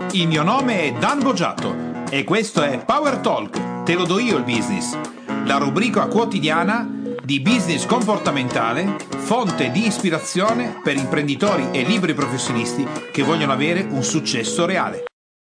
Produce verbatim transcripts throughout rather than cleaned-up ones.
Il mio nome è Dan Boggiato e questo è Power Talk, te lo do io il business, la rubrica quotidiana di business comportamentale, fonte di ispirazione per imprenditori e liberi professionisti che vogliono avere un successo reale.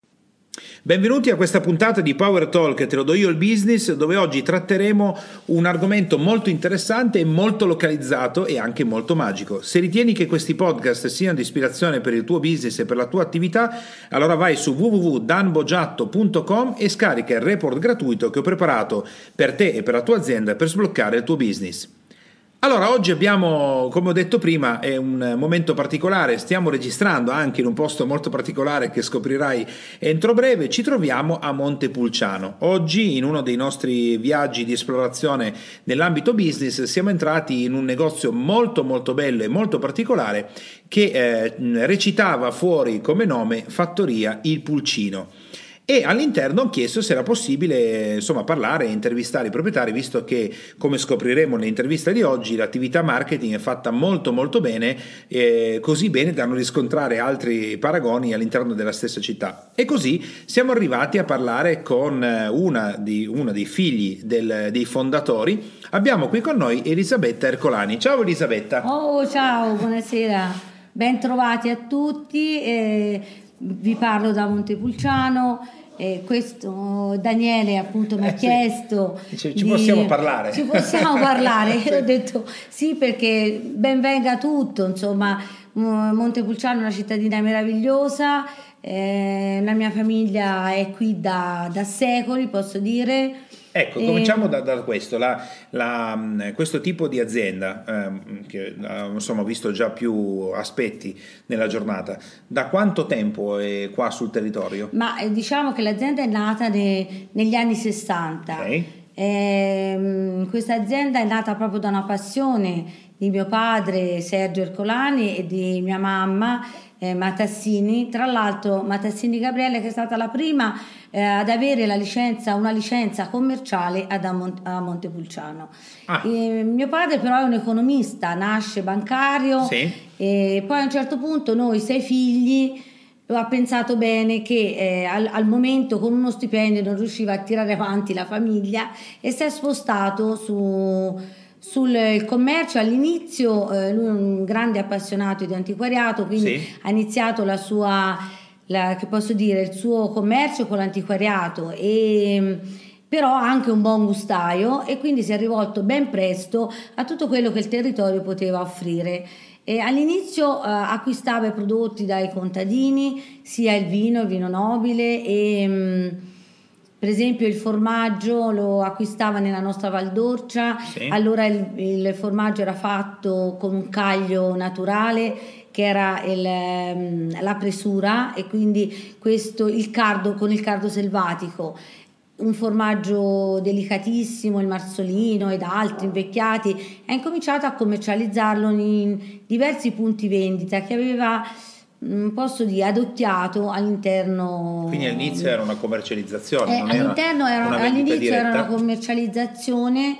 Benvenuti a questa puntata di Power Talk, te lo do io il business, dove oggi tratteremo un argomento molto interessante e molto localizzato e anche molto magico. Se ritieni che questi podcast siano di ispirazione per il tuo business e per la tua attività, allora vai su w w w punto dan boggiatto punto com e scarica il report gratuito che ho preparato per te e per la tua azienda per sbloccare il tuo business. Allora, oggi abbiamo, come ho detto prima, è un momento particolare, stiamo registrando anche in un posto molto particolare che scoprirai entro breve. Ci troviamo a Montepulciano. Oggi, in uno dei nostri viaggi di esplorazione nell'ambito business, siamo entrati in un negozio molto molto bello e molto particolare che eh, recitava fuori come nome Fattoria Il Pulcino. E all'interno ho chiesto se era possibile insomma parlare e intervistare i proprietari, visto che, come scopriremo nell'intervista di oggi, l'attività marketing è fatta molto molto bene, eh, così bene da non riscontrare altri paragoni all'interno della stessa città. E così siamo arrivati a parlare con una di, uno dei figli del, dei fondatori. Abbiamo qui con noi Elisabetta Ercolani. Ciao Elisabetta. Oh, ciao, buonasera, ben trovati a tutti. Eh, vi parlo da Montepulciano. Eh, questo Daniele appunto mi ha eh, chiesto sì. ci, ci di... possiamo parlare ci possiamo parlare sì. Ho detto sì, perché ben venga tutto, insomma. Montepulciano è una cittadina meravigliosa, eh, la mia famiglia è qui da, da secoli, posso dire. Ecco, cominciamo da, da questo, la, la, questo tipo di azienda, ehm, che insomma ho visto già più aspetti nella giornata, da quanto tempo è qua sul territorio? Ma eh, diciamo che l'azienda è nata ne, negli anni sessanta, okay. eh, questa azienda è nata proprio da una passione di mio padre Sergio Ercolani e di mia mamma eh, Matassini, tra l'altro Matassini Gabriele, che è stata la prima eh, ad avere la licenza, una licenza commerciale ad Amont- a Montepulciano. Ah. E mio padre però è un economista, nasce bancario, sì. E poi a un certo punto noi sei figli ha pensato bene che eh, al, al momento con uno stipendio non riusciva a tirare avanti la famiglia e si è spostato su sul commercio. All'inizio eh, lui è un grande appassionato di antiquariato, quindi sì. ha iniziato la sua, la, che posso dire, il suo commercio con l'antiquariato, e però anche un buon gustaio, e quindi si è rivolto ben presto a tutto quello che il territorio poteva offrire. E all'inizio eh, acquistava i prodotti dai contadini, sia il vino, il vino nobile, e mh, per esempio il formaggio lo acquistava nella nostra Val d'Orcia. Sì. Allora il, il formaggio era fatto con un caglio naturale che era il, la presura, e quindi questo il cardo con il cardo selvatico, un formaggio delicatissimo, il marzolino ed altri invecchiati. Ha incominciato a commercializzarlo in diversi punti vendita che aveva, posso dire, adocchiato all'interno. Quindi all'inizio era una commercializzazione, eh, non all'interno era, era, una all'inizio diretta. era una commercializzazione,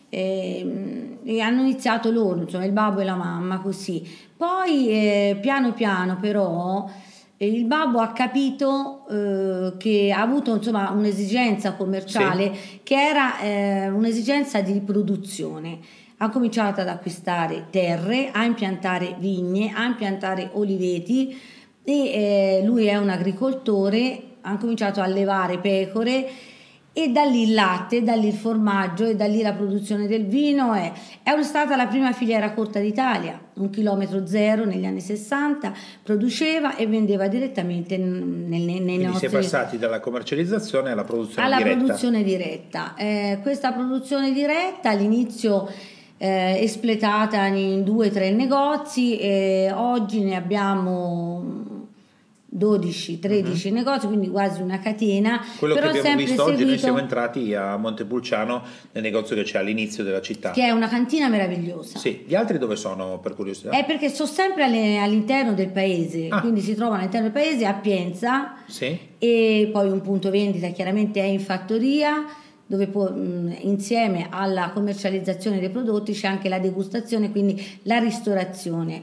eh, e hanno iniziato loro, insomma il babbo e la mamma, così. Poi eh, piano piano però il babbo ha capito eh, che ha avuto insomma un'esigenza commerciale, sì. Che era eh, un'esigenza di produzione. Ha cominciato ad acquistare terre, a impiantare vigne, a impiantare oliveti, e eh, lui è un agricoltore. Ha cominciato a allevare pecore, e da lì il latte, da lì il formaggio, e da lì la produzione del vino. È, è stata la prima filiera corta d'Italia, un chilometro zero negli anni sessanta, produceva e vendeva direttamente nel, nei Quindi nostri... si è passati dalla commercializzazione alla produzione alla diretta. produzione diretta. Eh, questa produzione diretta all'inizio eh, espletata in due o tre negozi, e oggi ne abbiamo dodici tredici uh-huh. negozi, quindi quasi una catena. Quello però che abbiamo visto seguito, oggi, noi siamo entrati a Montepulciano nel negozio che c'è all'inizio della città, che è una cantina meravigliosa. Sì, gli altri dove sono, per curiosità? È perché sono sempre alle, all'interno del paese, ah. quindi si trovano all'interno del paese, a Pienza, sì. E poi un punto vendita chiaramente è in fattoria, dove può, mh, insieme alla commercializzazione dei prodotti c'è anche la degustazione, quindi la ristorazione.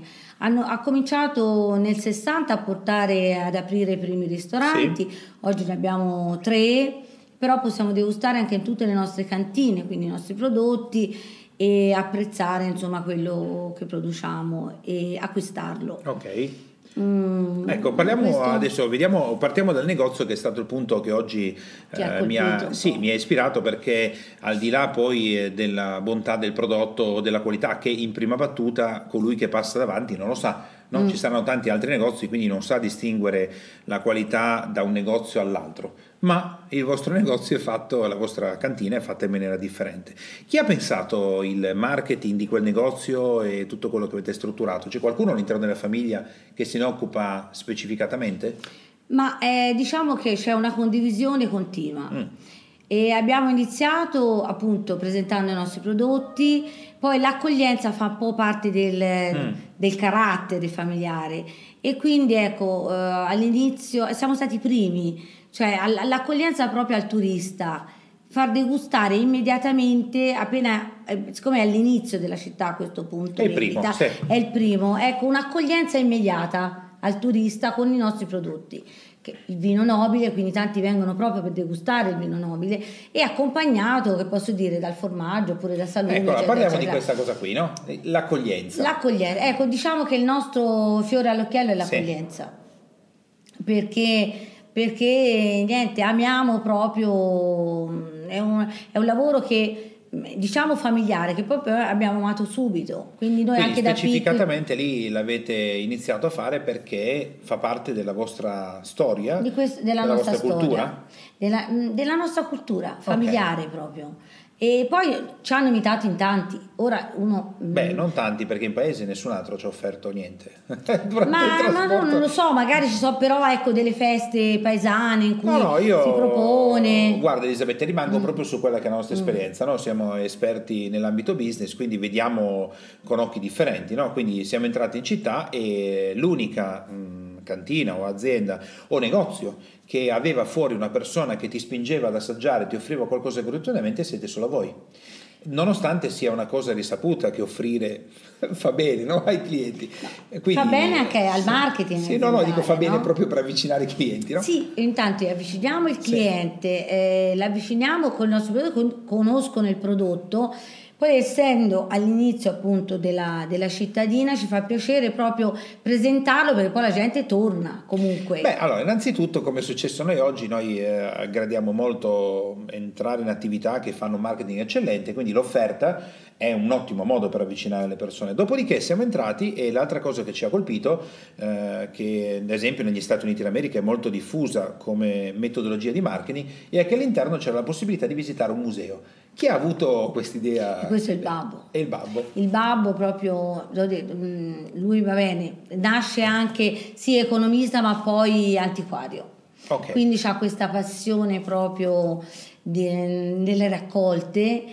hanno, ha cominciato nel sessanta a portare ad aprire i primi ristoranti, sì. Oggi ne abbiamo tre, però possiamo degustare anche in tutte le nostre cantine, quindi i nostri prodotti, e apprezzare insomma quello che produciamo e acquistarlo. Ok. Mm, ecco, parliamo questo... adesso, vediamo, partiamo dal negozio, che è stato il punto che oggi eh, mi, ha, sì, mi ha ispirato, perché al di là poi della bontà del prodotto o della qualità, che in prima battuta colui che passa davanti non lo sa, no? Mm. Ci saranno tanti altri negozi, quindi non sa distinguere la qualità da un negozio all'altro, ma il vostro negozio è fatto, la vostra cantina è fatta in maniera differente. Chi ha pensato il marketing di quel negozio e tutto quello che avete strutturato? C'è qualcuno all'interno della famiglia che se ne occupa specificatamente? Ma eh, diciamo che c'è una condivisione continua. Mm. E abbiamo iniziato appunto presentando i nostri prodotti, poi l'accoglienza fa un po' parte del, mm. del carattere familiare, e quindi ecco eh, all'inizio siamo stati i primi, cioè l'accoglienza proprio al turista, far degustare immediatamente appena, eh, siccome è all'inizio della città a questo punto, è il primo, sì. È il primo, ecco, un'accoglienza immediata al turista con i nostri prodotti. Il vino nobile, quindi tanti vengono proprio per degustare il vino nobile, e accompagnato, che posso dire, dal formaggio oppure da salumi. Ecco, eccetera, parliamo eccetera. Di questa cosa qui, no? L'accoglienza. L'accoglienza, ecco, diciamo che il nostro fiore all'occhiello è l'accoglienza, sì. perché, perché niente, amiamo proprio, è un, è un lavoro che diciamo familiare, che poi abbiamo amato subito, quindi noi quindi anche specificatamente da piccoli lì l'avete iniziato a fare perché fa parte della vostra storia, di questo, della, della nostra vostra storia, cultura, della, della nostra cultura familiare, okay. Proprio. E poi ci hanno imitato in tanti. Ora uno beh, non tanti, perché in paese nessun altro ci ha offerto niente. ma no, no, non lo so, magari ci sono però ecco delle feste paesane in cui no, no, io, si propone. Guarda Elisabetta, rimango mm. proprio su quella che è la nostra mm. esperienza, no? Siamo esperti nell'ambito business, quindi vediamo con occhi differenti, no? Quindi siamo entrati in città e l'unica mh, cantina o azienda o negozio che aveva fuori una persona che ti spingeva ad assaggiare, ti offriva qualcosa gratuitamente, siete solo voi. Nonostante sia una cosa risaputa che offrire fa bene, no? Ai clienti. Quindi, fa bene anche al marketing. Sì, no, no, dico fa bene, no? Proprio per avvicinare i clienti, no? Sì, intanto avviciniamo il cliente, sì. eh, l'avviciniamo con il nostro prodotto, conoscono il prodotto. Poi essendo all'inizio appunto della, della cittadina ci fa piacere proprio presentarlo, perché poi la gente torna comunque. Beh, allora innanzitutto, come è successo a noi oggi, noi eh, gradiamo molto entrare in attività che fanno marketing eccellente, quindi l'offerta è un ottimo modo per avvicinare le persone. Dopodiché siamo entrati e l'altra cosa che ci ha colpito, eh, che ad esempio negli Stati Uniti d'America è molto diffusa come metodologia di marketing, è che all'interno c'era la possibilità di visitare un museo. Chi ha avuto quest'idea? Questo è il babbo. È il babbo. Il babbo proprio, lui va bene, nasce anche sì economista ma poi antiquario. Okay. Quindi ha questa passione proprio de, delle raccolte,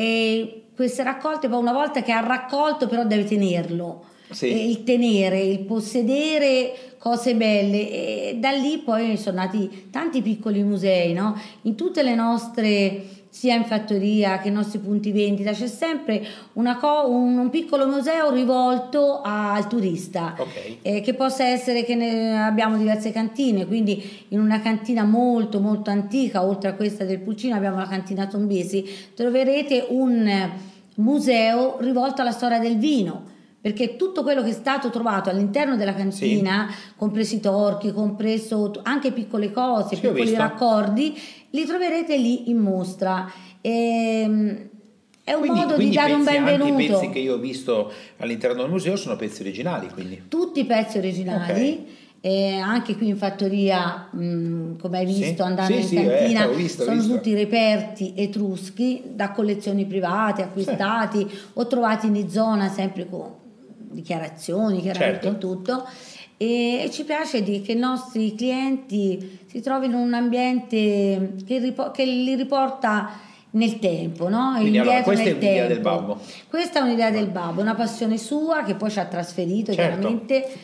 e queste raccolte poi una volta che ha raccolto però deve tenerlo. Sì. Il tenere, il possedere cose belle, e da lì poi sono nati tanti piccoli musei, no? In tutte le nostre, sia in fattoria che nei nostri punti vendita, c'è sempre una co- un, un piccolo museo rivolto a, al turista, okay. eh, che possa essere che ne abbiamo diverse cantine, quindi in una cantina molto molto antica, oltre a questa del Pulcino abbiamo la cantina Tombesi, troverete un museo rivolto alla storia del vino, perché tutto quello che è stato trovato all'interno della cantina, sì. compresi i torchi, compreso anche piccole cose, sì, piccoli raccordi, li troverete lì in mostra. E, è un quindi, modo quindi di dare un benvenuto. Anche i pezzi che io ho visto all'interno del museo sono pezzi originali, quindi. Tutti i pezzi originali. Okay. E anche qui in fattoria, mh, come hai visto, sì, andando sì, in sì, cantina, eh, visto, sono visto. tutti reperti etruschi da collezioni private acquistati, sì. o trovati in zona, sempre con dichiarazioni, chiaramente, certo. tutto. E ci piace di che i nostri clienti si trovino in un ambiente che, ripo- che li riporta nel tempo, no? Quindi allora, questa è un'idea tempo. del babbo. Questa è un'idea del babbo, una passione sua che poi ci ha trasferito, certo. chiaramente.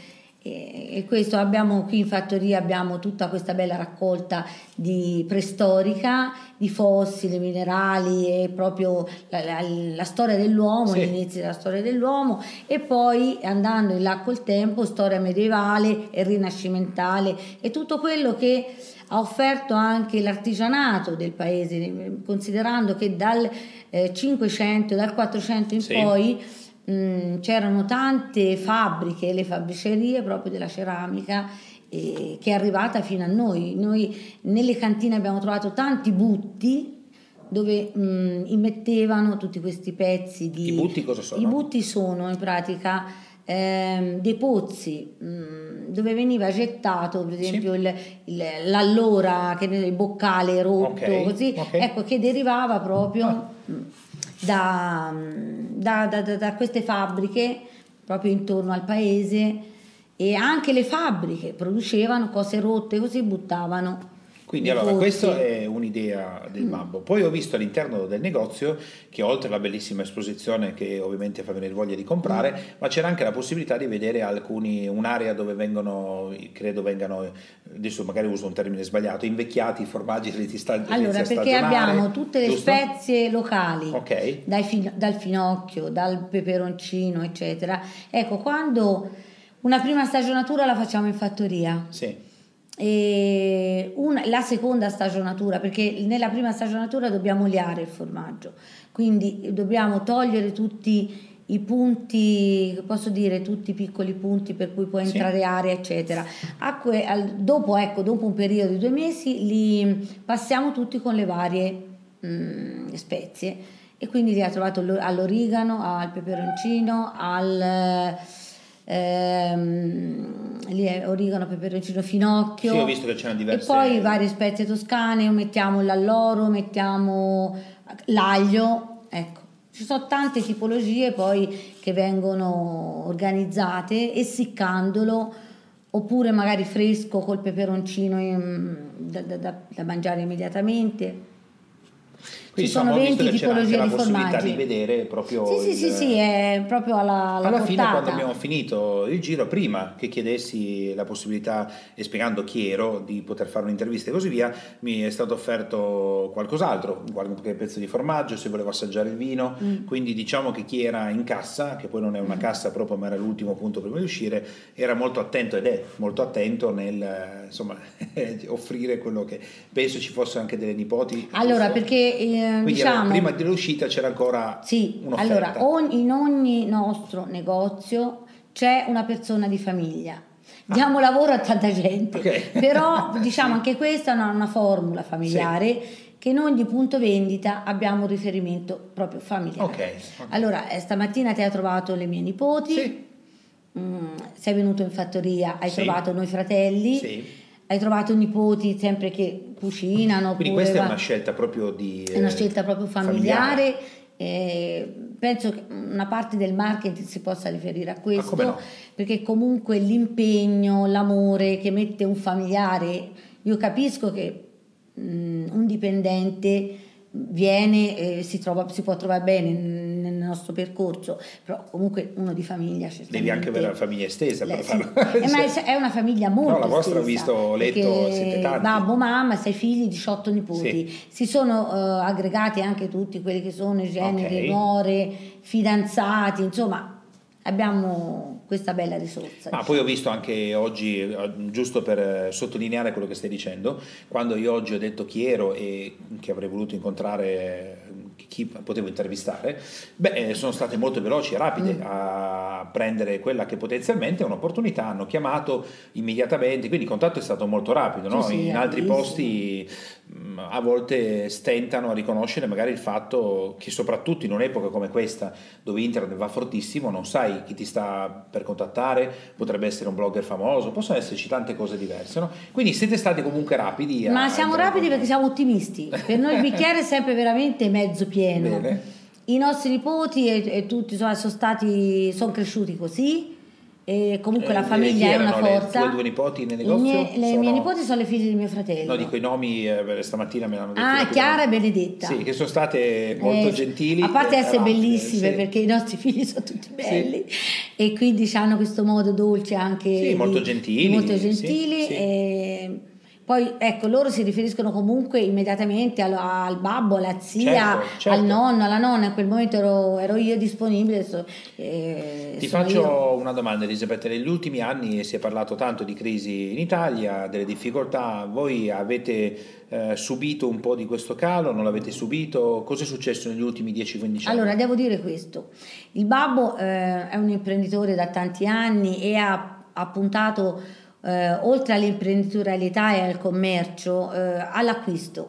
E, e questo abbiamo qui in fattoria, abbiamo tutta questa bella raccolta di preistorica, di fossili, minerali e proprio la, la, la storia dell'uomo, sì. l'inizio della storia dell'uomo, e poi andando in là col tempo, storia medievale e rinascimentale e tutto quello che ha offerto anche l'artigianato del paese, considerando che dal eh, cinquecento, dal quattrocento in sì. poi mh, c'erano tante fabbriche, le fabbricerie proprio della ceramica, eh, che è arrivata fino a noi. Noi nelle cantine abbiamo trovato tanti butti dove mh, immettevano tutti questi pezzi di... I butti cosa sono? I butti sono in pratica ehm, dei pozzi mh, dove veniva gettato per esempio sì. il, il, l'allora, che il boccale rotto, okay. così, okay. ecco, che derivava proprio ah. da, da, da, da, da queste fabbriche proprio intorno al paese, e anche le fabbriche producevano cose rotte, così buttavano. Quindi allora questa è un'idea del Babbo. Poi ho visto all'interno del negozio che oltre alla bellissima esposizione che ovviamente fa venire voglia di comprare, mm. ma c'era anche la possibilità di vedere alcuni, un'area dove vengono, credo vengano, adesso magari uso un termine sbagliato, invecchiati i formaggi degli stagionali. Allora perché abbiamo tutte le giusto? spezie locali, okay. dai fin- dal finocchio, dal peperoncino eccetera. Ecco, quando una prima stagionatura la facciamo in fattoria. Sì. E una, la seconda stagionatura, perché nella prima stagionatura dobbiamo liare il formaggio, quindi dobbiamo togliere tutti i punti, posso dire tutti i piccoli punti per cui può entrare sì. aria eccetera. A que, al, dopo, ecco, dopo un periodo di due mesi li passiamo tutti con le varie mh, spezie, e quindi li ha trovato all'origano, al peperoncino, al Ehm, lì è origano, peperoncino, finocchio. Sì, ho visto che c'erano diverse. E poi varie spezie toscane, mettiamo l'alloro, mettiamo l'aglio, ecco. Ci sono tante tipologie poi che vengono organizzate, essiccandolo, oppure magari fresco col peperoncino in, da, da, da mangiare immediatamente. Quindi, ci sono insomma, venti tipologie di formaggi. Di vedere proprio sì, il... sì, sì, sì, è proprio alla, alla, alla portata. fine, quando abbiamo finito il giro, prima che chiedessi la possibilità, e spiegando chi ero, di poter fare un'intervista e così via, mi è stato offerto qualcos'altro, qualche pezzo di formaggio, se volevo assaggiare il vino, mm. quindi diciamo che chi era in cassa, che poi non è una mm. cassa proprio, ma era l'ultimo punto prima di uscire, era molto attento, ed è molto attento nel insomma offrire quello che penso ci fosse anche delle nipoti. Allora, perché eh, quindi diciamo, prima dell'uscita c'era ancora sì, un'offerta. Allora, ogni, in ogni nostro negozio c'è una persona di famiglia. Diamo ah. lavoro a tanta gente, okay. Però diciamo anche questa è una, una formula familiare, sì. Che in ogni punto vendita abbiamo un riferimento proprio familiare. Okay. Okay. Allora, eh, stamattina ti hai trovato le mie nipoti, sì. mm, sei venuto in fattoria, hai sì. trovato noi fratelli. Sì. Hai trovato nipoti sempre che cucinano. Quindi questa va... è una scelta proprio di è una scelta proprio familiare, familiare. Eh, penso che una parte del marketing si possa riferire a questo, no? Perché comunque l'impegno, l'amore che mette un familiare, io capisco che mh, un dipendente viene e si, trova, si può trovare bene nel nostro percorso, però comunque uno di famiglia devi anche avere la famiglia estesa le, per sì. farlo. eh, ma è una famiglia molto no, la vostra estesa, ho visto, letto, siete tanti, babbo, mamma, sei figli, diciotto nipoti, sì. Si sono uh, aggregati anche tutti quelli che sono i generi, okay. nuore, fidanzati, insomma abbiamo questa bella risorsa. Ma poi ho visto anche oggi, giusto per sottolineare quello che stai dicendo, quando io oggi ho detto chi ero e che avrei voluto incontrare, chi potevo intervistare, beh, sono state molto veloci e rapide mm. a prendere quella che potenzialmente è un'opportunità, hanno chiamato immediatamente, quindi il contatto è stato molto rapido, no? Sì, sì, in altri posti a volte stentano a riconoscere magari il fatto che soprattutto in un'epoca come questa, dove internet va fortissimo, non sai chi ti sta per contattare, potrebbe essere un blogger famoso, possono esserci tante cose diverse, no? Quindi siete stati comunque rapidi a, ma siamo a rapidi perché siamo ottimisti, per noi il bicchiere è sempre veramente mezzo pieno. Bene. I nostri nipoti e, e tutti insomma, sono stati sono cresciuti così, e comunque Eh, la famiglia chi è una erano le forza. tue due nipoti nel Le negozio? mie, le Sono- mie nipoti sono le figlie di mio fratello. No, dico i nomi, eh, stamattina me l'hanno detto. Ah, rapidamente. Chiara e Benedetta. Sì, che sono state molto Eh, gentili. a parte e essere rapide, bellissime, sì. perché i nostri figli sono tutti belli, Sì. e quindi hanno questo modo dolce anche Sì, di, molto di gentili, molto sì, gentili. sì. E poi ecco, loro si riferiscono comunque immediatamente al, al babbo, alla zia, Certo, certo. al nonno, alla nonna. In quel momento ero, ero io disponibile. so- eh, Ti sono faccio io. una domanda, Elisabetta. Negli ultimi anni si è parlato tanto di crisi in Italia, delle difficoltà. Voi avete eh, subito un po' di questo calo? Non l'avete subito? Cosa è successo negli ultimi dieci quindici anni? Allora, devo dire questo. Il babbo eh, è un imprenditore da tanti anni e ha, ha puntato, eh, oltre all'imprenditorialità e al commercio, eh, all'acquisto.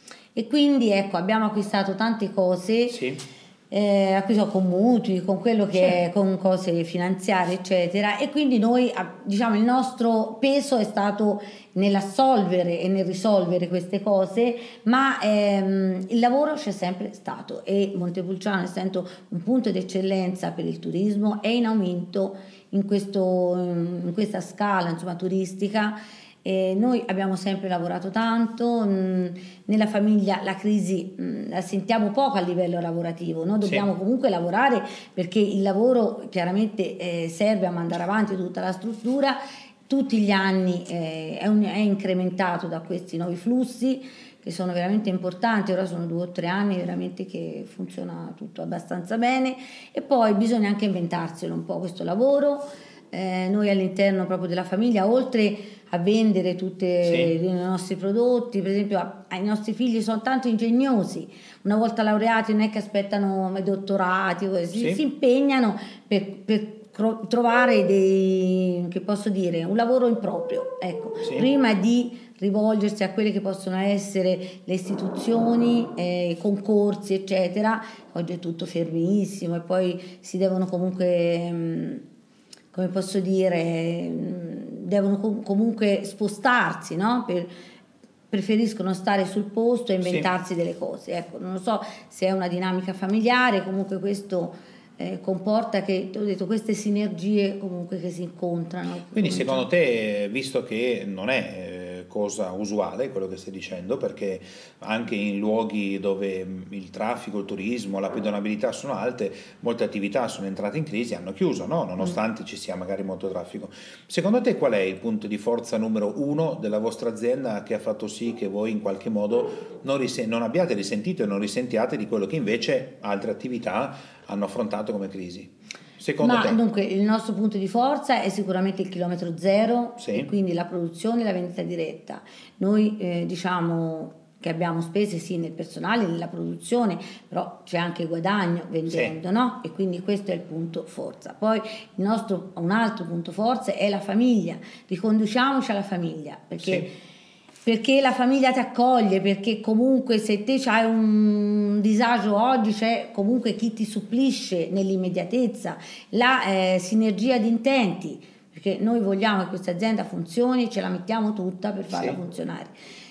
E quindi ecco, abbiamo acquistato tante cose, Sì, eh, acquisto con mutui, con quello sì, che è, con cose finanziarie, eccetera. E quindi noi, ah, diciamo, il nostro peso è stato nell'assolvere e nel risolvere queste cose, ma ehm, il lavoro c'è sempre stato, e Montepulciano, essendo un punto d'eccellenza per il turismo, è in aumento in, questo, in questa scala, insomma, turistica. E noi abbiamo sempre lavorato tanto, mh, nella famiglia la crisi mh, la sentiamo poco a livello lavorativo, noi sì. dobbiamo comunque lavorare, perché il lavoro chiaramente eh, serve a mandare avanti tutta la struttura. Tutti gli anni eh, è, un- è incrementato da questi nuovi flussi, che sono veramente importanti. Ora sono due o tre anni veramente che funziona tutto abbastanza bene, e poi bisogna anche inventarselo un po' questo lavoro. Eh, noi all'interno proprio della famiglia, oltre a vendere tutti Sì. i nostri prodotti, per esempio a- ai nostri figli, sono tanto ingegnosi, una volta laureati non è che aspettano i dottorati, si, Sì. si impegnano per, per cro- trovare dei, che posso dire, un lavoro in proprio, ecco, Sì. prima di rivolgersi a quelle che possono essere le istituzioni, eh, concorsi, eccetera. Oggi è tutto fermissimo, e poi si devono comunque, mh, come posso dire, mh, devono com- comunque spostarsi, no? Per- preferiscono stare sul posto e Sì. inventarsi delle cose. Ecco, non lo so se è una dinamica familiare, comunque questo eh, comporta che, ho detto, queste sinergie comunque che si incontrano. Quindi cominciano. secondo te, visto che non è eh, cosa usuale quello che stai dicendo, perché anche in luoghi dove mh, il traffico, il turismo, la pedonabilità sono alte, molte attività sono entrate in crisi e hanno chiuso, no? Nonostante ci sia magari molto traffico. Secondo te qual è il punto di forza numero uno della vostra azienda che ha fatto sì che voi in qualche modo non, risen- non abbiate risentito e non risentiate di quello che invece altre attività hanno affrontato come crisi? Secondo Ma te? dunque il nostro punto di forza è sicuramente il chilometro zero, Sì. e quindi la produzione e la vendita diretta. Noi eh, diciamo che abbiamo spese sì nel personale, nella produzione, però c'è anche guadagno vendendo, Sì. no? E quindi questo è il punto forza. Poi il nostro, un altro punto forza è la famiglia, riconduciamoci alla famiglia, perché Sì. perché la famiglia ti accoglie, perché comunque se te hai un disagio oggi c'è comunque chi ti supplisce nell'immediatezza, la eh, sinergia di intenti, perché noi vogliamo che questa azienda funzioni, ce la mettiamo tutta per farla Sì. funzionare.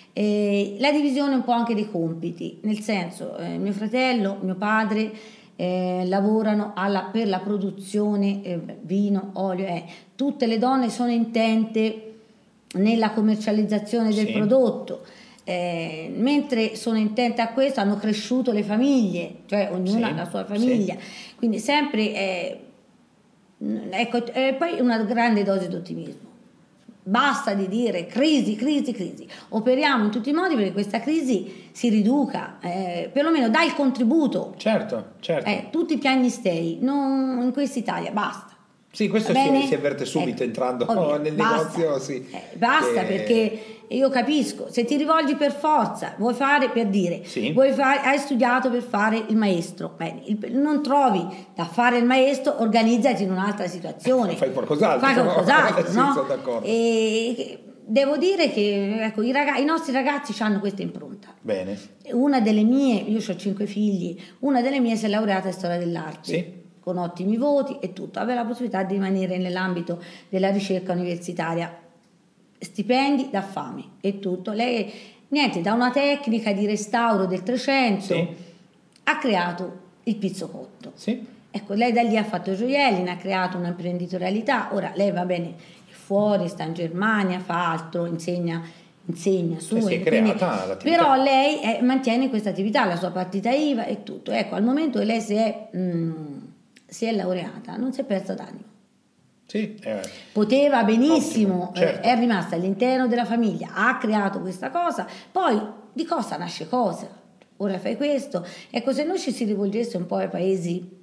E la divisione un po' anche dei compiti, nel senso eh, mio fratello, mio padre eh, lavorano alla, per la produzione eh, vino, olio, eh. Tutte le donne sono intente nella commercializzazione del Sì. prodotto. Eh, mentre sono intente a questo, hanno cresciuto le famiglie, cioè ognuna Sì. ha la sua Sì. famiglia, quindi sempre eh, ecco, e poi una grande dose di ottimismo. Basta di dire crisi, crisi, crisi. Operiamo in tutti i modi perché questa crisi si riduca, eh, perlomeno dai il contributo. Certo, certo. Eh, tutti i piagnistei, non in questa Italia, basta. Sì, questo Va si, bene? si avverte subito Ecco, entrando ovvio, nel basta. negozio, sì. Eh, basta, Che- perché io capisco, se ti rivolgi per forza, vuoi fare per dire, Sì. vuoi fare, hai studiato per fare il maestro, bene, il- non trovi da fare il maestro, organizzati in un'altra situazione. Fai qualcos'altro, Fai no? qualcos'altro, Sì, no? sono d'accordo. E devo dire che ecco, i, raga- i nostri ragazzi hanno questa impronta. Bene. Una delle mie, io ho cinque figli, una delle mie si è laureata in storia dell'arte. Sì. Con ottimi voti e tutto, aveva la possibilità di rimanere nell'ambito della ricerca universitaria, stipendi da fame e tutto. Lei, niente, da una tecnica di restauro del trecento Sì. ha creato il pizzocotto. Sì. Ecco, lei da lì ha fatto gioielli, ne ha creato un'imprenditorialità. Ora lei va bene, è fuori, sta in Germania, fa altro, insegna, insegna su. Sì, si è quindi, creata l'attività. però lei è, mantiene questa attività, la sua partita I V A e tutto. Ecco, al momento che lei si è, mh, si è laureata, non si è persa d'animo. Sì, eh, poteva benissimo, ottimo, certo. eh, è rimasta all'interno della famiglia, ha creato questa cosa, poi di cosa nasce cosa, ora fai questo. Ecco, se noi ci si rivolgesse un po' ai paesi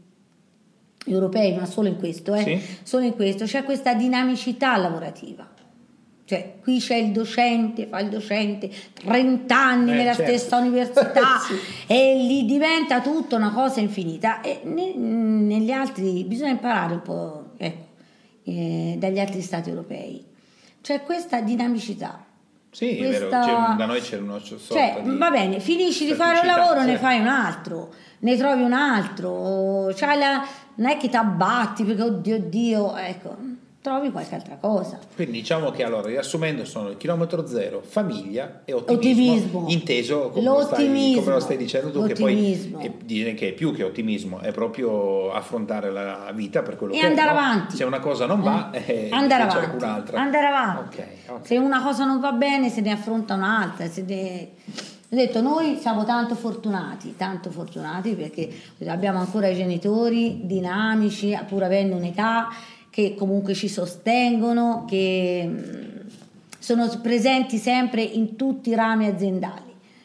europei, ma solo in questo, eh, Sì. solo in questo, c'è questa dinamicità lavorativa. Cioè, qui c'è il docente, fa il docente trenta anni eh, nella certo. stessa università Sì. e lì diventa tutta una cosa infinita. E ne, negli altri bisogna imparare un po', ecco, eh, dagli altri stati europei. C'è questa dinamicità. Sì, questa... è vero, c'è, da noi c'è una sorta cioè, di va bene, finisci di fare un staticità, lavoro, sì. ne fai un altro, ne trovi un altro, cioè la, non è che ti abbatti perché oddio oddio, ecco, trovi qualche altra cosa. Quindi diciamo che allora, riassumendo, sono il chilometro zero, famiglia e ottimismo, ottimismo. inteso come lo, stai, come lo stai dicendo tu, che poi è, dire che è più che ottimismo, è proprio affrontare la vita per quello e che andare è, no? avanti. Se una cosa non va, eh. eh, andare c'è avanti, qualcun'altra. andare avanti. Okay, okay. Se una cosa non va bene se ne affronta un'altra, se ne... Ho detto, noi siamo tanto fortunati, tanto fortunati perché abbiamo ancora i genitori dinamici, pur avendo un'età, che comunque ci sostengono, che sono presenti sempre in tutti i rami aziendali.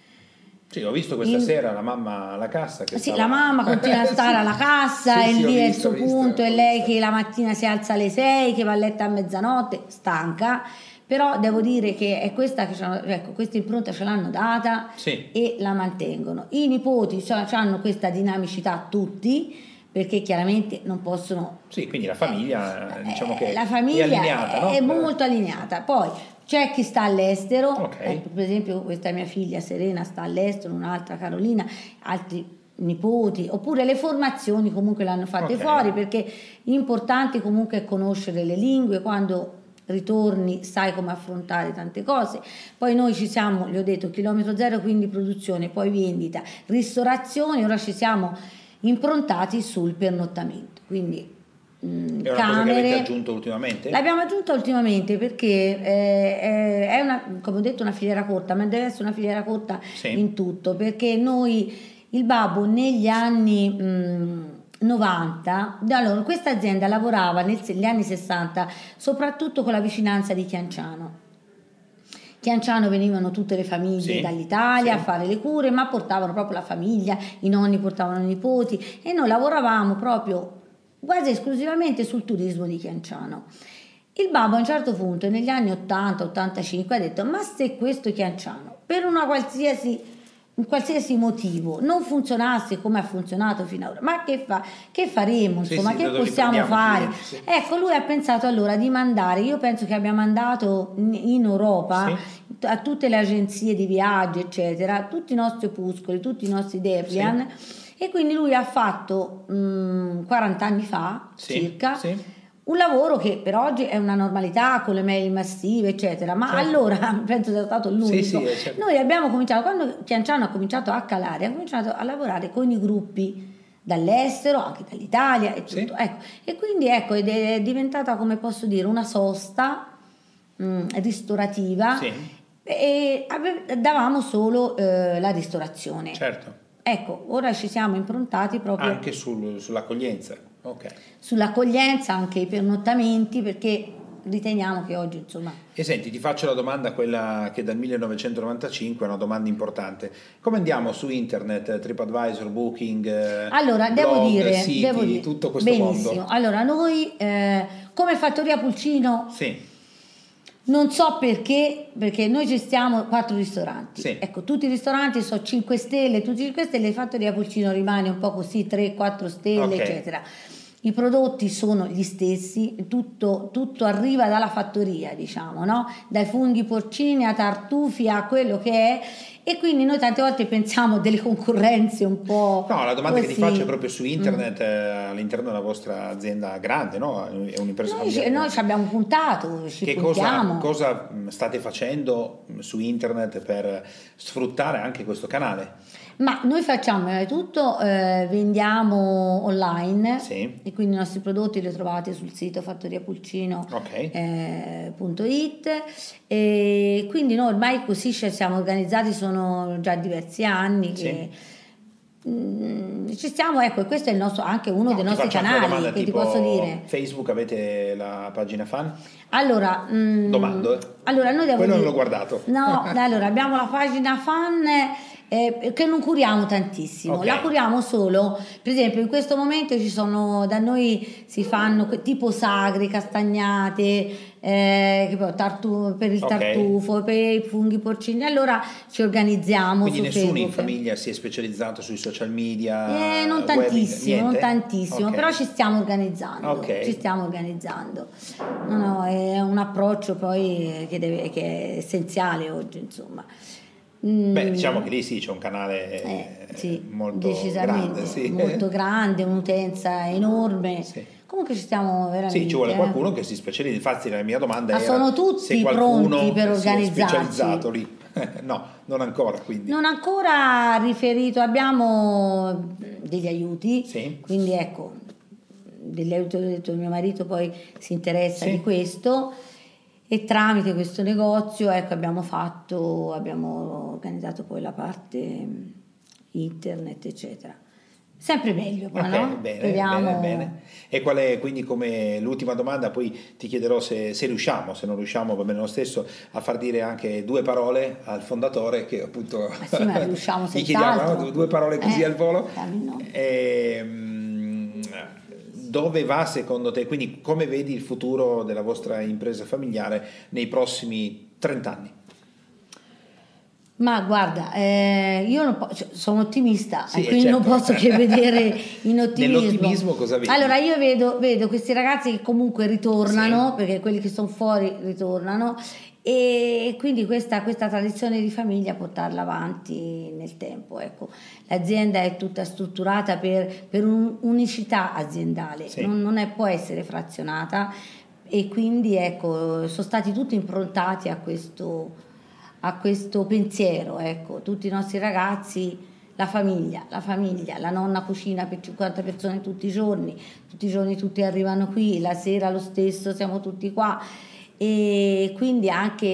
Sì, ho visto questa in... sera la mamma alla cassa che sì, stava... la mamma continua a stare alla cassa sì, e sì, lì è il visto, suo visto, punto, è visto. lei che la mattina si alza alle sei, che va a letto a mezzanotte, stanca. Però devo dire che è questa che ecco, questa impronta ce l'hanno data, sì, e la mantengono. I nipoti cioè, hanno questa dinamicità tutti, perché chiaramente non possono... Sì, quindi la famiglia, eh, diciamo che la famiglia è allineata, no? È molto allineata. Poi c'è chi sta all'estero, okay. Ecco, per esempio questa mia figlia Serena sta all'estero, un'altra Carolina, altri nipoti, oppure le formazioni comunque l'hanno fatte okay. fuori, perché l'importante comunque è conoscere le lingue, quando ritorni sai come affrontare tante cose. Poi noi ci siamo, gli ho detto, chilometro zero, quindi produzione, poi vendita, ristorazione, ora ci siamo improntati sul pernottamento, quindi mh, è una camere. Cosa che avete aggiunto ultimamente? L'abbiamo aggiunta ultimamente perché eh, è una, come ho detto, una filiera corta, ma deve essere una filiera corta sì. in tutto, perché noi il babbo negli anni mh, novanta, allora questa azienda lavorava negli anni sessanta soprattutto con la vicinanza di Chianciano. Chianciano venivano tutte le famiglie sì, dall'Italia sì. a fare le cure, ma portavano proprio la famiglia, i nonni portavano i nipoti e noi lavoravamo proprio quasi esclusivamente sul turismo di Chianciano. Il babbo a un certo punto negli anni ottanta ottantacinque ha detto: ma se questo Chianciano per una qualsiasi un qualsiasi motivo non funzionasse come ha funzionato fino ad ora, ma che, fa, che faremo, insomma, sì, sì, che possiamo fare? Clienti, sì. Ecco, lui ha pensato allora di mandare, io penso che abbia mandato in Europa sì. a tutte le agenzie di viaggio, eccetera, tutti i nostri opuscoli, tutti i nostri Deplian, sì. e quindi lui ha fatto mh, quaranta anni fa, sì. circa, sì. un lavoro che per oggi è una normalità con le mail massive eccetera, ma certo. allora penso sia stato l'unico. Sì, sì, certo. Noi abbiamo cominciato, quando Chianciano ha cominciato a calare, ha cominciato a lavorare con i gruppi dall'estero, anche dall'Italia e tutto. Sì. Ecco. E quindi ecco, ed è diventata, come posso dire, una sosta mh, ristorativa sì. e ave- davamo solo eh, la ristorazione. Certo. Ecco, ora ci siamo improntati proprio anche sul, sull'accoglienza. Okay. Sull'accoglienza, anche i pernottamenti, perché riteniamo che oggi insomma... E senti, ti faccio la domanda, quella che dal millenovecentonovantacinque è una domanda importante. Come andiamo su internet, TripAdvisor, Booking, allora, blog, devo dire, siti, devo dire, tutto questo benissimo. mondo? Allora, noi eh, come Fattoria Pulcino sì. non so perché, perché noi gestiamo quattro ristoranti. Sì. Ecco, tutti i ristoranti sono cinque stelle, tutti cinque stelle, Fattoria Pulcino rimane un po' così, tre quattro stelle, okay. eccetera. I prodotti sono gli stessi, tutto, tutto arriva dalla fattoria, diciamo, no? Dai funghi porcini a tartufi a quello che è, E quindi noi tante volte pensiamo delle concorrenze un po'. No, la domanda così. che ti faccio è proprio su internet, mm. eh, all'interno della vostra azienda grande, no? È un'impresa Noi, familiare. noi ci abbiamo puntato, ci che puntiamo. cosa, cosa state facendo su internet per sfruttare anche questo canale? Ma noi facciamo innanzitutto eh, vendiamo online, sì. E quindi i nostri prodotti li trovate sul sito fattoria pulcino punto it, okay. eh, e quindi noi ormai così ci siamo organizzati, sono già diversi anni sì. che mm, ci stiamo, ecco, e questo è il nostro, anche uno no, dei nostri canali domanda, che tipo ti posso dire. Facebook, avete la pagina fan? Allora, mm, domando, eh. allora noi devo quello dire, non l'ho guardato. No, allora abbiamo la pagina fan eh, che non curiamo tantissimo, okay. La curiamo solo, per esempio in questo momento ci sono, da noi si fanno tipo sagre, castagnate, eh, che poi, tartu- per il okay. tartufo, per i funghi porcini, allora ci organizziamo. Quindi su nessuno Facebook. In famiglia si è specializzato sui social media? Eh, non tantissimo, web, non tantissimo, okay. Però ci stiamo organizzando, okay. ci stiamo organizzando. No, no, è un approccio poi che, deve, che è essenziale oggi, insomma. Beh, diciamo che lì sì, c'è un canale eh, sì, molto decisamente grande, sì. molto grande, un'utenza enorme. Sì. Comunque ci stiamo veramente. Sì, ci vuole qualcuno eh. che si specializza. Infatti la mia domanda Ma era sono tutti se qualcuno pronti per si è organizzarsi. specializzato lì. No, non ancora, quindi. Non ancora riferito, abbiamo degli aiuti, sì. Quindi ecco, degli aiuti, ho detto, mio marito poi si interessa sì. di questo. E tramite questo negozio, ecco, abbiamo fatto, abbiamo organizzato poi la parte internet, eccetera. Sempre meglio, okay, no? Bene, Speriamo... bene, bene. E qual è quindi, come l'ultima domanda, poi ti chiederò se, se riusciamo, se non riusciamo va bene lo stesso, a far dire anche due parole al fondatore, che appunto ma sì, ma riusciamo gli chiediamo no? due parole così eh, al volo. No. E, dove va secondo te, quindi come vedi il futuro della vostra impresa familiare nei prossimi trenta anni? Ma guarda, eh, io non po- cioè, sono ottimista, sì, e quindi certo. non posso che vedere in ottimismo. Nell'ottimismo cosa vedi? Allora io vedo, vedo questi ragazzi che comunque ritornano, sì. Perché quelli che sono fuori ritornano, e quindi questa, questa tradizione di famiglia portarla avanti nel tempo. Ecco. L'azienda è tutta strutturata per, per un'unicità aziendale, sì. non, non è, può essere frazionata, e quindi ecco, sono stati tutti improntati a questo, a questo pensiero. Ecco. Tutti i nostri ragazzi, la famiglia, la famiglia, la nonna cucina per cinquanta persone tutti i giorni, tutti i giorni tutti arrivano qui, la sera lo stesso, siamo tutti qua. E quindi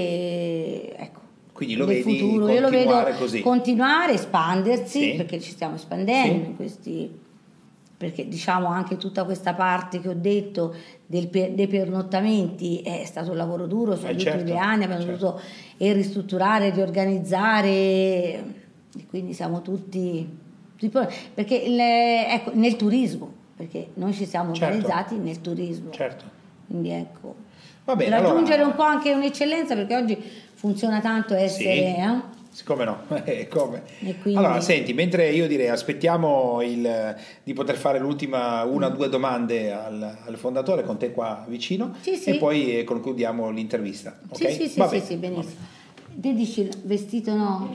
anche ecco, quindi lo nel vedi futuro io lo vedo così. continuare, espandersi, sì. Perché ci stiamo espandendo sì. in questi, perché diciamo anche tutta questa parte che ho detto del per, dei pernottamenti è stato un lavoro duro, sono eh gli certo, ultimi due anni abbiamo certo. dovuto e ristrutturare, riorganizzare, e quindi siamo tutti, perché il, ecco, nel turismo, perché noi ci siamo certo. organizzati nel turismo, certo. Quindi ecco, va bene, raggiungere allora... un po' anche un'eccellenza, perché oggi funziona tanto essere sì. eh? Come no? Come? E quindi... Allora, senti, mentre io direi aspettiamo il, di poter fare l'ultima una o mm. due domande al, al fondatore con te qua vicino, sì, sì. E poi concludiamo l'intervista. Okay? Sì, sì, sì, sì, sì, benissimo. Te dici il vestito no?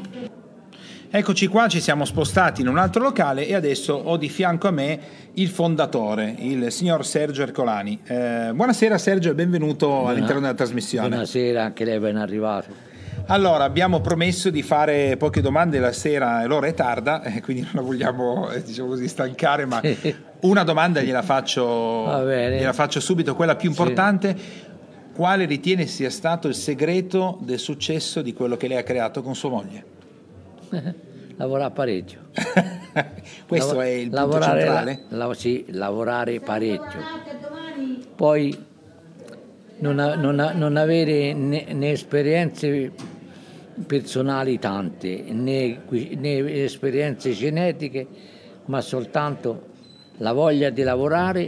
Eccoci qua, ci siamo spostati in un altro locale e adesso ho di fianco a me il fondatore, il signor Sergio Ercolani. Eh, buonasera Sergio e benvenuto Buona, all'interno della trasmissione. Buonasera, anche lei è ben arrivato. Allora, abbiamo promesso di fare poche domande la sera, l'ora è tarda, eh, quindi non la vogliamo eh, diciamo così, stancare, ma una domanda gliela faccio, gliela faccio subito, quella più importante. Sì. Quale ritiene sia stato il segreto del successo di quello che lei ha creato con sua moglie? Lavorare parecchio. Questo Lav- è il punto lavorare centrale? La, la, sì, lavorare parecchio. Poi non, a, non, a, non avere né, né esperienze personali tante, né, né esperienze genetiche, ma soltanto la voglia di lavorare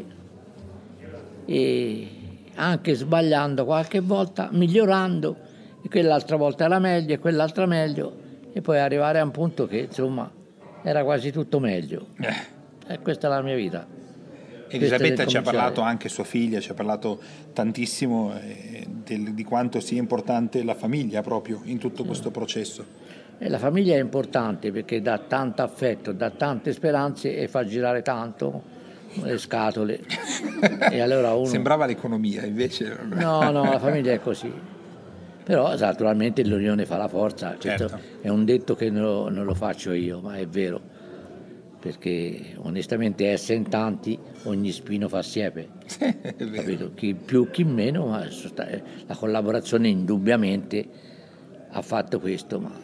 e anche sbagliando qualche volta, migliorando, e quell'altra volta era meglio e quell'altra meglio, e poi arrivare a un punto che insomma era quasi tutto meglio. Eh. E questa è la mia vita. Elisabetta ci ha parlato, anche sua figlia ci ha parlato tantissimo eh, del, di quanto sia importante la famiglia proprio in tutto questo processo. E la famiglia è importante perché dà tanto affetto, dà tante speranze e fa girare tanto le scatole. E allora uno... Sembrava l'economia, invece... No, no, la famiglia è così. Però naturalmente l'unione fa la forza, questo Certo. è un detto che non lo, non lo faccio io, ma è vero, perché onestamente essere in tanti ogni spino fa siepe, È vero. capito? Chi più chi meno, ma la collaborazione indubbiamente ha fatto questo, ma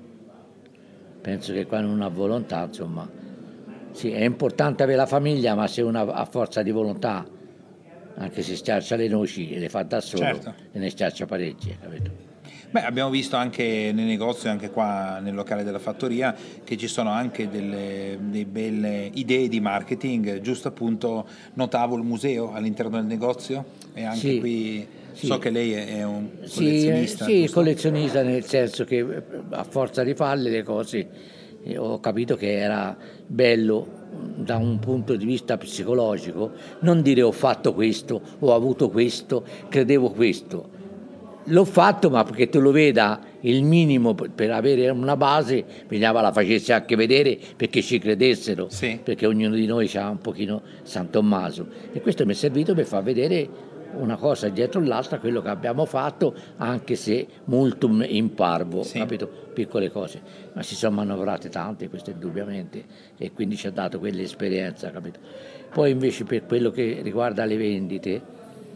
penso che quando uno ha volontà, insomma, sì, è importante avere la famiglia, ma se uno ha forza di volontà, anche se schiaccia le noci e le fa da solo, Certo. e ne schiaccia parecchie, capito? Beh, abbiamo visto anche nei negozi, anche qua nel locale della fattoria, che ci sono anche delle, delle belle idee di marketing. Giusto appunto notavo il museo all'interno del negozio e anche Sì, qui sì. so che lei è un Sì, collezionista. sì, giusto? collezionista nel senso che a forza di farle le cose eh, ho capito che era bello da un punto di vista psicologico non dire ho fatto questo, ho avuto questo, credevo questo. L'ho fatto, ma perché tu lo veda il minimo per avere una base, bisognava la facessi anche vedere perché ci credessero, Sì. perché ognuno di noi ha un pochino San Tommaso. E questo mi è servito per far vedere una cosa dietro l'altra, quello che abbiamo fatto, anche se molto in parvo, Sì. capito? Piccole cose. Ma si sono manovrate tante, questo indubbiamente, e quindi ci ha dato quell'esperienza, capito? Poi invece per quello che riguarda le vendite,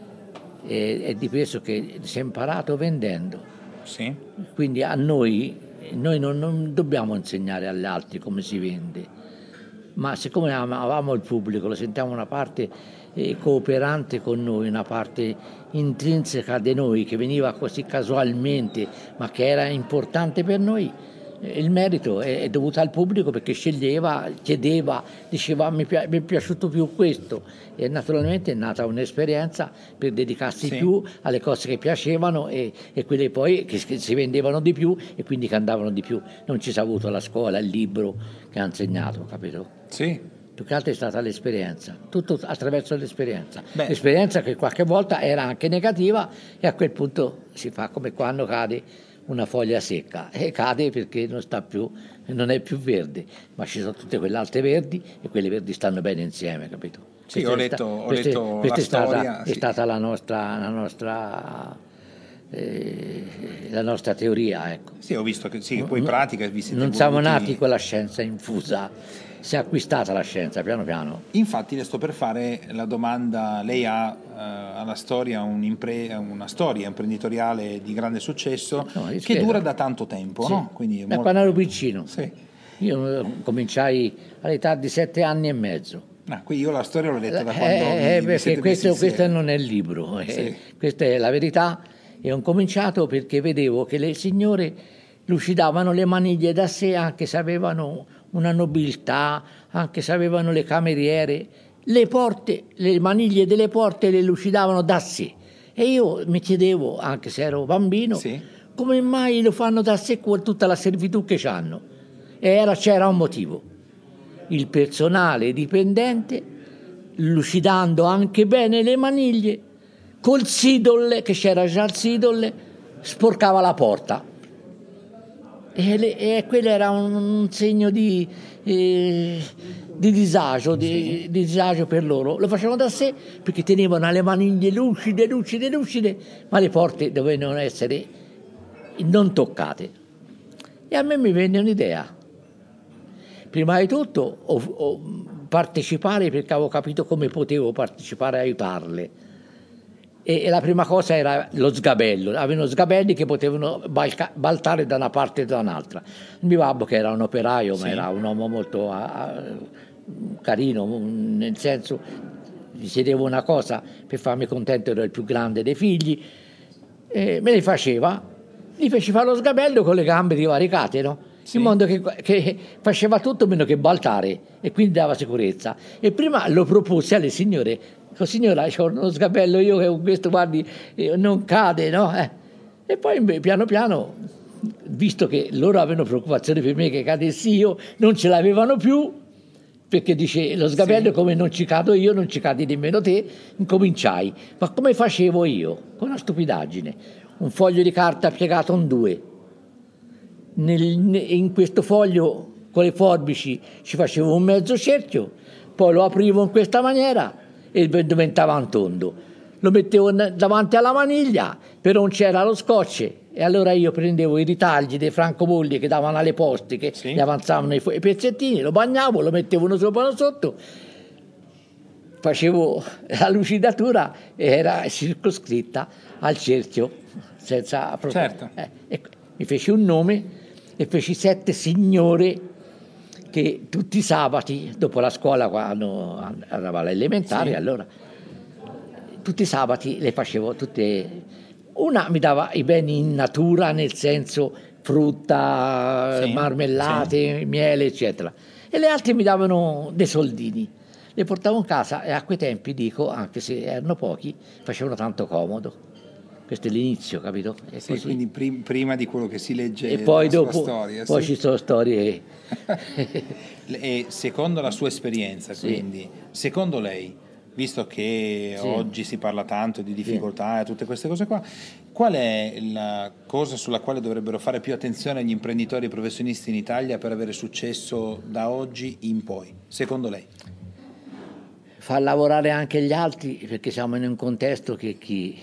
è dipeso che si è imparato vendendo, Sì. quindi a noi, noi non, non dobbiamo insegnare agli altri come si vende, ma siccome amavamo il pubblico, lo sentiamo una parte eh, cooperante con noi, una parte intrinseca di noi che veniva così casualmente ma che era importante per noi, il merito è dovuto al pubblico perché sceglieva, chiedeva, diceva mi, pi- mi è piaciuto più questo, e naturalmente è nata un'esperienza per dedicarsi Sì. più alle cose che piacevano e, e quelle poi che, che si vendevano di più e quindi che andavano di più. Non ci si è avuto la scuola, il libro che ha insegnato, capito? Sì. Più che altro è stata l'esperienza, tutto attraverso l'esperienza. Beh. L'esperienza che qualche volta era anche negativa e a quel punto si fa come quando cade una foglia secca e cade perché non sta più, non è più verde, ma ci sono tutte quelle altre verdi e quelle verdi stanno bene insieme, capito? Sì, Questa ho è letto, sta- ho questa è- letto questa la è stata, storia. è Sì. stata la nostra, la nostra, eh, la nostra teoria, ecco. Sì, ho visto che sì, che poi pratica vi siete Non siamo voluti- nati con la scienza infusa, si è acquistata la scienza piano piano. Infatti le sto per fare la domanda, lei ha eh, alla storia un'impre- una storia imprenditoriale di grande successo No, io che spero. dura da tanto tempo, Sì. no? Quindi è Da molto- quando ero piccino. Sì. Io eh, cominciai all'età di sette anni e mezzo. Ah, qui io la storia l'ho letta da Eh, quando vi, eh, vi perché siete questo, messi questo insieme. non è il libro, eh, Sì. questa è la verità. E ho cominciato perché vedevo che le signore lucidavano le maniglie da sé, anche se avevano una nobiltà, anche se avevano le cameriere, le porte, le maniglie delle porte le lucidavano da sé. E io mi chiedevo, anche se ero bambino, Sì. come mai lo fanno da sé con tutta la servitù che hanno? E era, c'era un motivo. Il personale dipendente, lucidando anche bene le maniglie, col sidol, che c'era già il sidol, sporcava la porta. E, le, e quello era un, un segno di, eh, di disagio, di, Sì. di disagio per loro. Lo facevano da sé perché tenevano le maniglie lucide, lucide, lucide, ma le porte dovevano essere non toccate. E a me mi venne un'idea. Prima di tutto ho, ho partecipare perché avevo capito come potevo partecipare a aiutarle. E, e la prima cosa era lo sgabello, avevano sgabelli che potevano balca, baltare da una parte e da un'altra. Il mio babbo, che era un operaio, Sì. ma era un uomo molto a, carino, nel senso, gli chiedevo una cosa per farmi contento, ero il più grande dei figli, e me li faceva, gli feci fare lo sgabello con le gambe divaricate, no? Sì. In modo che, che faceva tutto meno che baltare e quindi dava sicurezza. E prima lo proposi alle signore, dico, signora, c'ho uno sgabello io che con questo, guardi, eh, non cade, no? Eh. E poi piano piano, visto che loro avevano preoccupazione per me che cadessi io, non ce l'avevano più, perché dice lo sgabello Sì. come non ci cado io, non ci cadi nemmeno te, incominciai. Ma come facevo io? Con una stupidaggine, un foglio di carta piegato in due, nel, in questo foglio con le forbici ci facevo un mezzo cerchio, poi lo aprivo in questa maniera e diventava un tondo. Lo mettevo davanti alla maniglia, però non c'era lo scotch, e allora io prendevo i ritagli dei francobolli che davano alle poste, che sì. gli avanzavano i pezzettini, lo bagnavo, lo mettevo uno sopra uno sotto, facevo la lucidatura e era circoscritta al cerchio, senza certo. eh, ecco, mi feci un nome e feci sette signore che tutti i sabati, dopo la scuola, quando andavo all'elementare, sì. allora tutti i sabati le facevo tutte. Una mi dava i beni in natura, nel senso frutta, sì, marmellate, sì. miele, eccetera, e le altre mi davano dei soldini. Le portavo in casa e a quei tempi, dico, anche se erano pochi, facevano tanto comodo. Questo è l'inizio, capito? È sì, così. Quindi prim- prima di quello che si legge e poi nella dopo, sua storia. Poi sì. ci sono storie. E secondo la sua esperienza, sì. quindi, secondo lei, visto che sì. oggi si parla tanto di difficoltà sì. e tutte queste cose qua, qual è la cosa sulla quale dovrebbero fare più attenzione gli imprenditori e professionisti in Italia per avere successo da oggi in poi, secondo lei? Far lavorare anche gli altri, perché siamo in un contesto che chi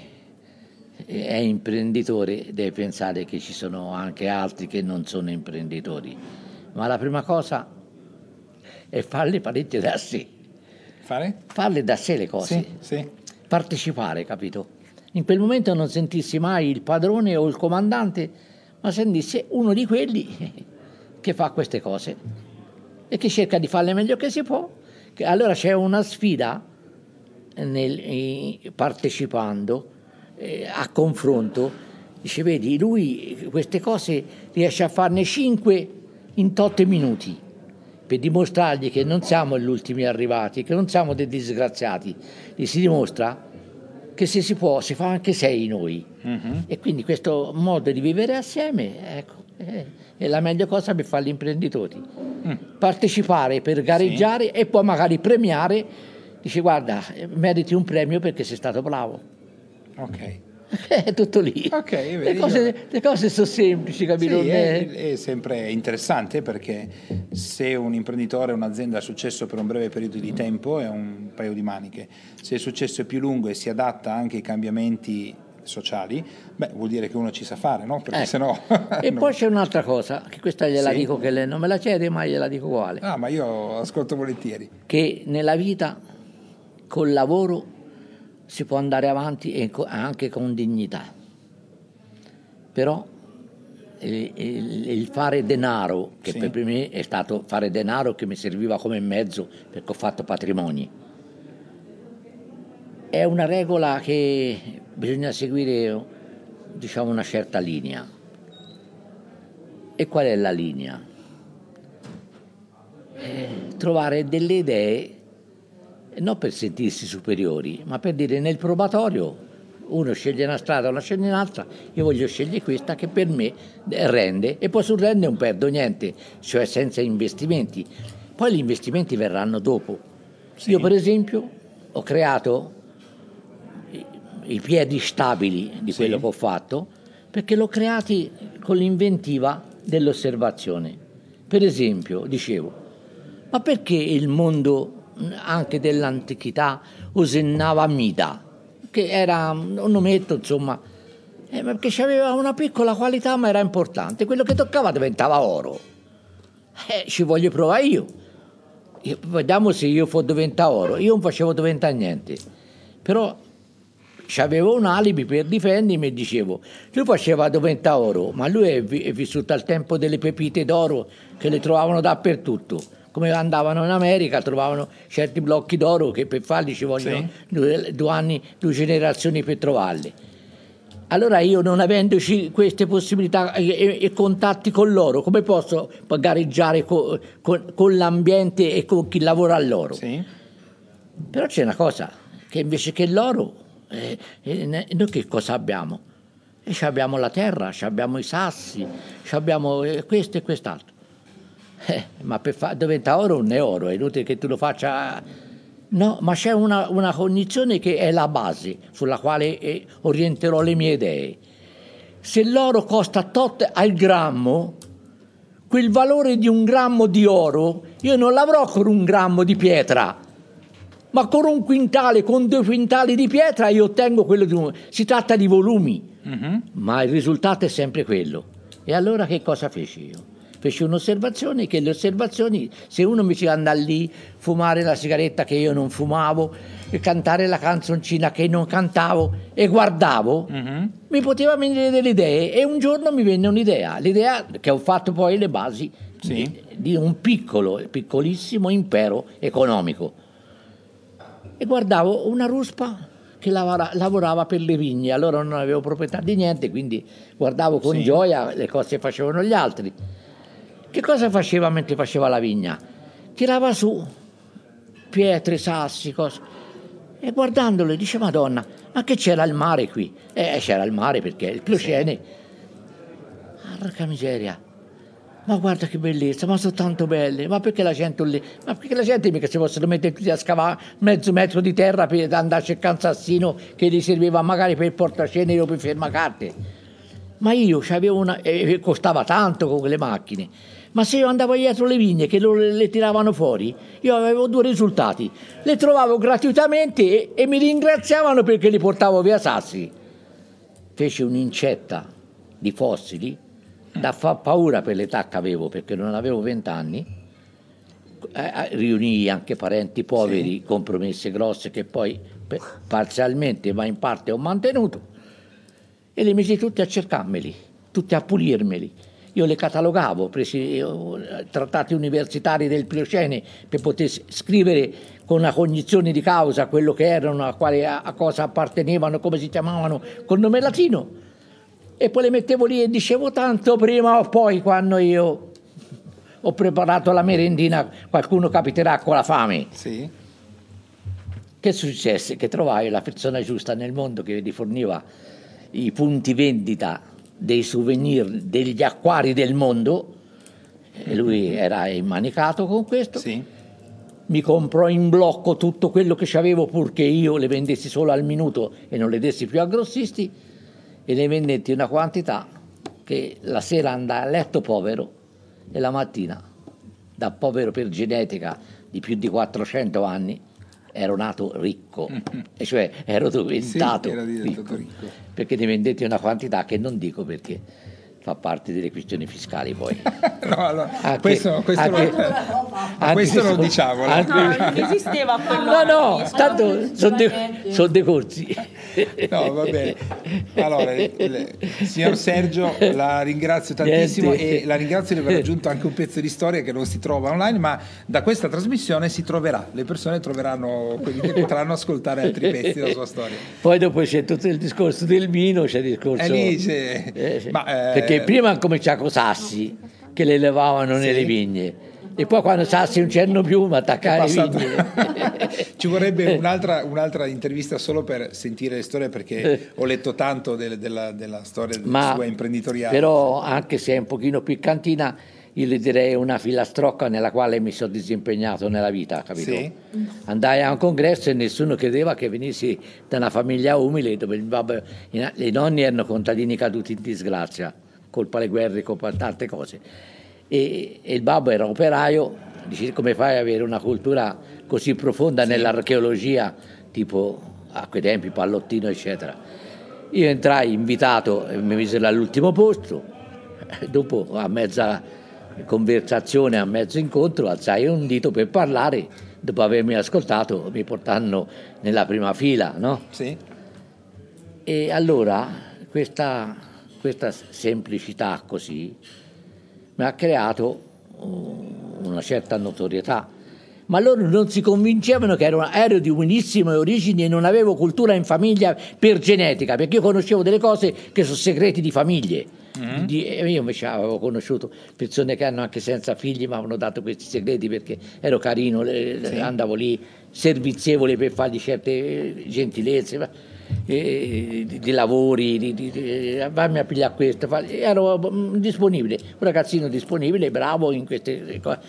è imprenditore deve pensare che ci sono anche altri che non sono imprenditori, ma la prima cosa è farle parecchie da sé. Fare? Farle da sé le cose, sì, sì. partecipare, capito? In quel momento non sentissi mai il padrone o il comandante, ma sentissi uno di quelli che fa queste cose e che cerca di farle meglio che si può. Allora c'è una sfida nel, eh, partecipando eh, a confronto. Dice, vedi, lui queste cose riesce a farne cinque in tot minuti, per dimostrargli che non siamo gli ultimi arrivati, che non siamo dei disgraziati. Gli si dimostra che se si può si fa anche sei noi. Mm-hmm. E quindi questo modo di vivere assieme, ecco, è, è la meglio cosa per fare gli imprenditori. Mm. Partecipare per gareggiare sì. e poi magari premiare, dice guarda, meriti un premio perché sei stato bravo. Ok. È tutto lì. Okay, le, cose, le cose sono semplici, capito? Sì, è, è sempre interessante, perché se un imprenditore o un'azienda ha successo per un breve periodo di tempo è un paio di maniche. Se il successo è più lungo e si adatta anche ai cambiamenti sociali, beh, vuol dire che uno ci sa fare, no? Perché ecco. sennò e no. Poi c'è un'altra cosa, che questa gliela sì. dico, che lei non me la chiede, ma gliela dico uguale. Ah, ma io ascolto volentieri. Che nella vita col lavoro si può andare avanti e anche con dignità, però il, il, il fare denaro, che sì. per me è stato fare denaro che mi serviva come mezzo perché ho fatto patrimoni, è una regola che bisogna seguire, diciamo, una certa linea. E qual è la linea? Eh, trovare delle idee, non per sentirsi superiori, ma per dire, nel probatorio uno sceglie una strada, uno sceglie un'altra, io voglio scegliere questa che per me rende, e poi sul rende non perdo niente, cioè senza investimenti. Poi gli investimenti verranno dopo. Sì. Io per esempio ho creato i, i piedi stabili di quello sì. che ho fatto, perché l'ho creati con l'inventiva dell'osservazione. Per esempio, dicevo, ma perché il mondo anche dell'antichità usennava Mida, che era un ometto, insomma, eh, perché aveva una piccola qualità ma era importante, quello che toccava diventava oro. Eh, ci voglio provare io. io vediamo se io fo diventa oro. Io non facevo diventare niente, però c'avevo un alibi per difendermi e dicevo, lui faceva diventa oro, ma lui è, vi- è vissuto al tempo delle pepite d'oro che le trovavano dappertutto. Come andavano in America, trovavano certi blocchi d'oro che per farli ci vogliono sì. due, due anni, due generazioni per trovarli. Allora io, non avendoci queste possibilità e, e contatti con l'oro, come posso gareggiare con, con, con l'ambiente e con chi lavora all'oro? Sì. Però c'è una cosa, che invece che l'oro, eh, eh, noi che cosa abbiamo? E abbiamo la terra, abbiamo i sassi, abbiamo eh, questo e quest'altro. Eh, ma per fa- diventa oro non è oro, è inutile che tu lo faccia. No, ma c'è una, una condizione che è la base sulla quale eh, orienterò le mie idee. Se l'oro costa tot al grammo, quel valore di un grammo di oro io non l'avrò con un grammo di pietra, ma con un quintale, con due quintali di pietra io ottengo quello di un... Si tratta di volumi, mm-hmm. ma il risultato è sempre quello. E allora che cosa feci io? Feci un'osservazione, che le osservazioni, se uno mi ci andava lì, fumare la sigaretta che io non fumavo, e cantare la canzoncina che non cantavo, e guardavo, mm-hmm. mi poteva venire delle idee, e un giorno mi venne un'idea, l'idea che ho fatto poi le basi sì. di, di un piccolo, piccolissimo impero economico. E guardavo una ruspa che lavora, lavorava per le vigne, allora non avevo proprietà di niente, quindi guardavo con sì. gioia le cose che facevano gli altri. Che cosa faceva mentre faceva la vigna? Tirava su pietre, sassi, cose. E guardandole dice: Madonna, ma che c'era il mare qui? Eh, c'era il mare perché il Pliocene. Porca miseria. Ma guarda che bellezza, ma sono tanto belle, ma perché la gente lì? Ma perché la gente mica si possono mettere tutti a scavare mezzo metro di terra per andare a cercare un sassino che gli serviva magari per il portacenere o per fermacarte? Ma io c'avevo una, e costava tanto con quelle macchine, ma se io andavo dietro le vigne che lo, le tiravano fuori, io avevo due risultati: le trovavo gratuitamente e, e mi ringraziavano perché li portavo via sassi. Feci un'incetta di fossili da far paura per l'età che avevo, perché non avevo vent'anni, eh, riunii anche parenti poveri, sì. con promesse grosse che poi per, parzialmente ma in parte ho mantenuto, e le misi tutti a cercarmeli, tutti a pulirmeli. Io le catalogavo, presi io, trattati universitari del Pliocene per poter scrivere con una cognizione di causa quello che erano, a, quale, a, a cosa appartenevano, come si chiamavano col nome latino. E poi le mettevo lì e dicevo: tanto prima o poi, quando io ho preparato la merendina, qualcuno capiterà con la fame. Sì. Che successe? Che trovai la persona giusta nel mondo che mi forniva i punti vendita dei souvenir degli acquari del mondo, e lui era immanicato con questo. Sì. Mi comprò in blocco tutto quello che c'avevo, purché io le vendessi solo al minuto e non le dessi più a grossisti, e ne vendetti una quantità che la sera andai a letto povero e la mattina, da povero per genetica di più di quattrocento anni, ero nato ricco, mm-hmm. e cioè ero diventato, sì, era diventato ricco, ricco, perché ne vendetti una quantità che non dico perché fa parte delle questioni fiscali poi. No, allora, anche, questo, questo, anche, lo, anche, questo non diciamo. Anche, no, non esisteva quello. No, no, tanto sono de, son decorsi. No, va bene. Allora, il, signor Sergio, la ringrazio tantissimo. Niente. E la ringrazio di aver aggiunto anche un pezzo di storia che non si trova online, ma da questa trasmissione si troverà. Le persone troveranno, quelli che potranno ascoltare altri pezzi della sua storia. Poi dopo c'è tutto il discorso del vino, c'è il discorso... E lì c'è... Eh, ma, eh, perché prima cominciava con sassi che le levavano sì. nelle vigne, e poi quando sassi non c'erano più, ma attaccare le vigne. Ci vorrebbe un'altra, un'altra intervista solo per sentire le storie, perché ho letto tanto de, della, della storia ma, sua imprenditoriale. Però anche se è un pochino piccantina, io le direi una filastrocca nella quale mi sono disimpegnato nella vita, capito? Sì. Andai a un congresso e nessuno credeva che venissi da una famiglia umile, dove il babbo, i nonni erano contadini caduti in disgrazia, colpa alle guerre, colpa a tante cose, e, e il babbo era operaio. Dici: come fai ad avere una cultura così profonda sì. nell'archeologia, tipo a quei tempi Pallottino eccetera? Io entrai invitato e mi misero all'ultimo posto. Dopo, a mezza conversazione, a mezzo incontro, alzai un dito per parlare. Dopo avermi ascoltato mi portarono nella prima fila, no? Sì. E allora questa, questa semplicità così mi ha creato una certa notorietà, ma loro non si convincevano che ero, ero di buonissime origini e non avevo cultura in famiglia per genetica, perché io conoscevo delle cose che sono segreti di famiglie. Mm-hmm. Di, io invece avevo conosciuto persone che hanno anche senza figli, ma avevano dato questi segreti perché ero carino, le, sì. andavo lì servizievole per fargli certe gentilezze, eh, di, di lavori, di, di, di, vammi a pigliare questo, ero disponibile, un ragazzino disponibile, bravo in queste cose.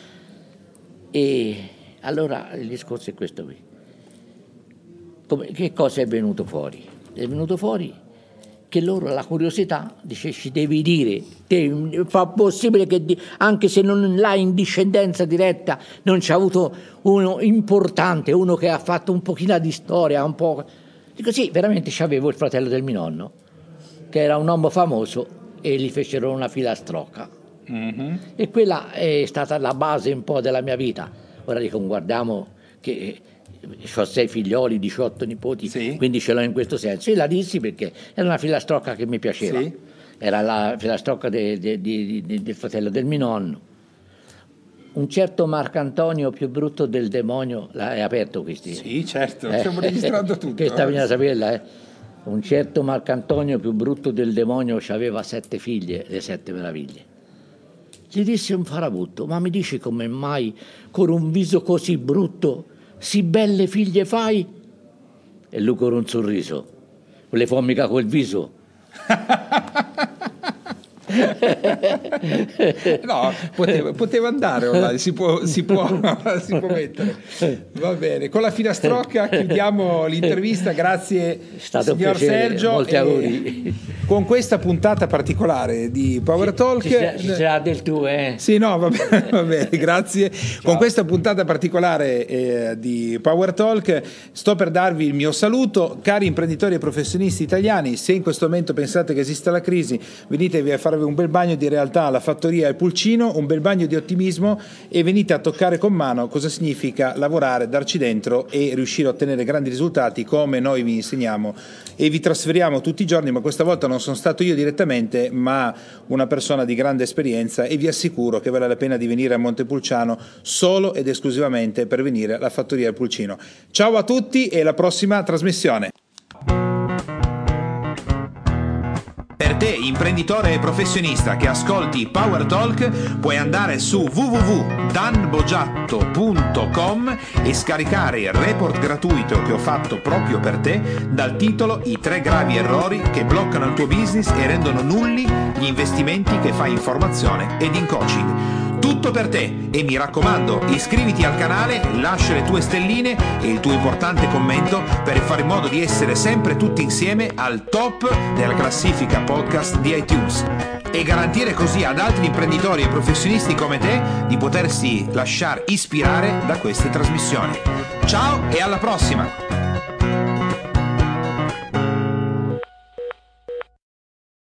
E allora il discorso è questo qui. Come, che cosa è venuto fuori? È venuto fuori che loro la curiosità dice ci devi dire, te, fa possibile che di, anche se non l'hai in discendenza diretta, non c'è avuto uno importante, uno che ha fatto un pochino di storia, un po'. Dico sì, veramente c'avevo il fratello del mio nonno, che era un uomo famoso e gli fecero una filastrocca. Mm-hmm. E quella è stata la base un po' della mia vita. Ora dico, guardiamo che ho sei figlioli, diciotto nipoti, sì. Quindi ce l'ho in questo senso. E la dissi perché era una filastrocca che mi piaceva, sì. Era la filastrocca de, de, de, de, del fratello del mio nonno. Un certo Marcantonio più brutto del demonio, l'hai aperto questi? Sì, certo, eh? Stiamo registrando tutto. Questa bisogna saperla, eh. Un certo Marcantonio più brutto del demonio aveva sette figlie, le sette meraviglie. Gli disse un farabutto, ma mi dici come mai con un viso così brutto sì belle figlie fai? E lui con un sorriso, le fa mica quel viso. No, poteva, poteva andare online, si può, si, può, si può mettere. Va bene, con la filastrocca chiudiamo l'intervista. Grazie stato signor piacere, Sergio. Molti auguri. Con questa puntata particolare di Power Talk ci, ci, ci sarà del tuo, eh? Sì, no, va bene, va bene, grazie. Ciao. Con questa puntata particolare eh, di Power Talk sto per darvi il mio saluto. Cari imprenditori e professionisti italiani, se in questo momento pensate che esista la crisi, venitevi a farvi un bel bagno di realtà alla Fattoria El Pulcino, un bel bagno di ottimismo, e venite a toccare con mano cosa significa lavorare, darci dentro e riuscire a ottenere grandi risultati come noi vi insegniamo e vi trasferiamo tutti i giorni. Ma questa volta non sono stato io direttamente, ma una persona di grande esperienza, e vi assicuro che vale la pena di venire a Montepulciano solo ed esclusivamente per venire alla Fattoria El Pulcino. Ciao a tutti e alla prossima trasmissione. Per te, imprenditore e professionista che ascolti Power Talk, puoi andare su w w w punto dan boggiatto punto com e scaricare il report gratuito che ho fatto proprio per te dal titolo I tre gravi errori che bloccano il tuo business e rendono nulli gli investimenti che fai in formazione ed in coaching. Tutto per te, e mi raccomando, iscriviti al canale, lascia le tue stelline e il tuo importante commento per fare in modo di essere sempre tutti insieme al top della classifica podcast di iTunes e garantire così ad altri imprenditori e professionisti come te di potersi lasciare ispirare da queste trasmissioni. Ciao e alla prossima!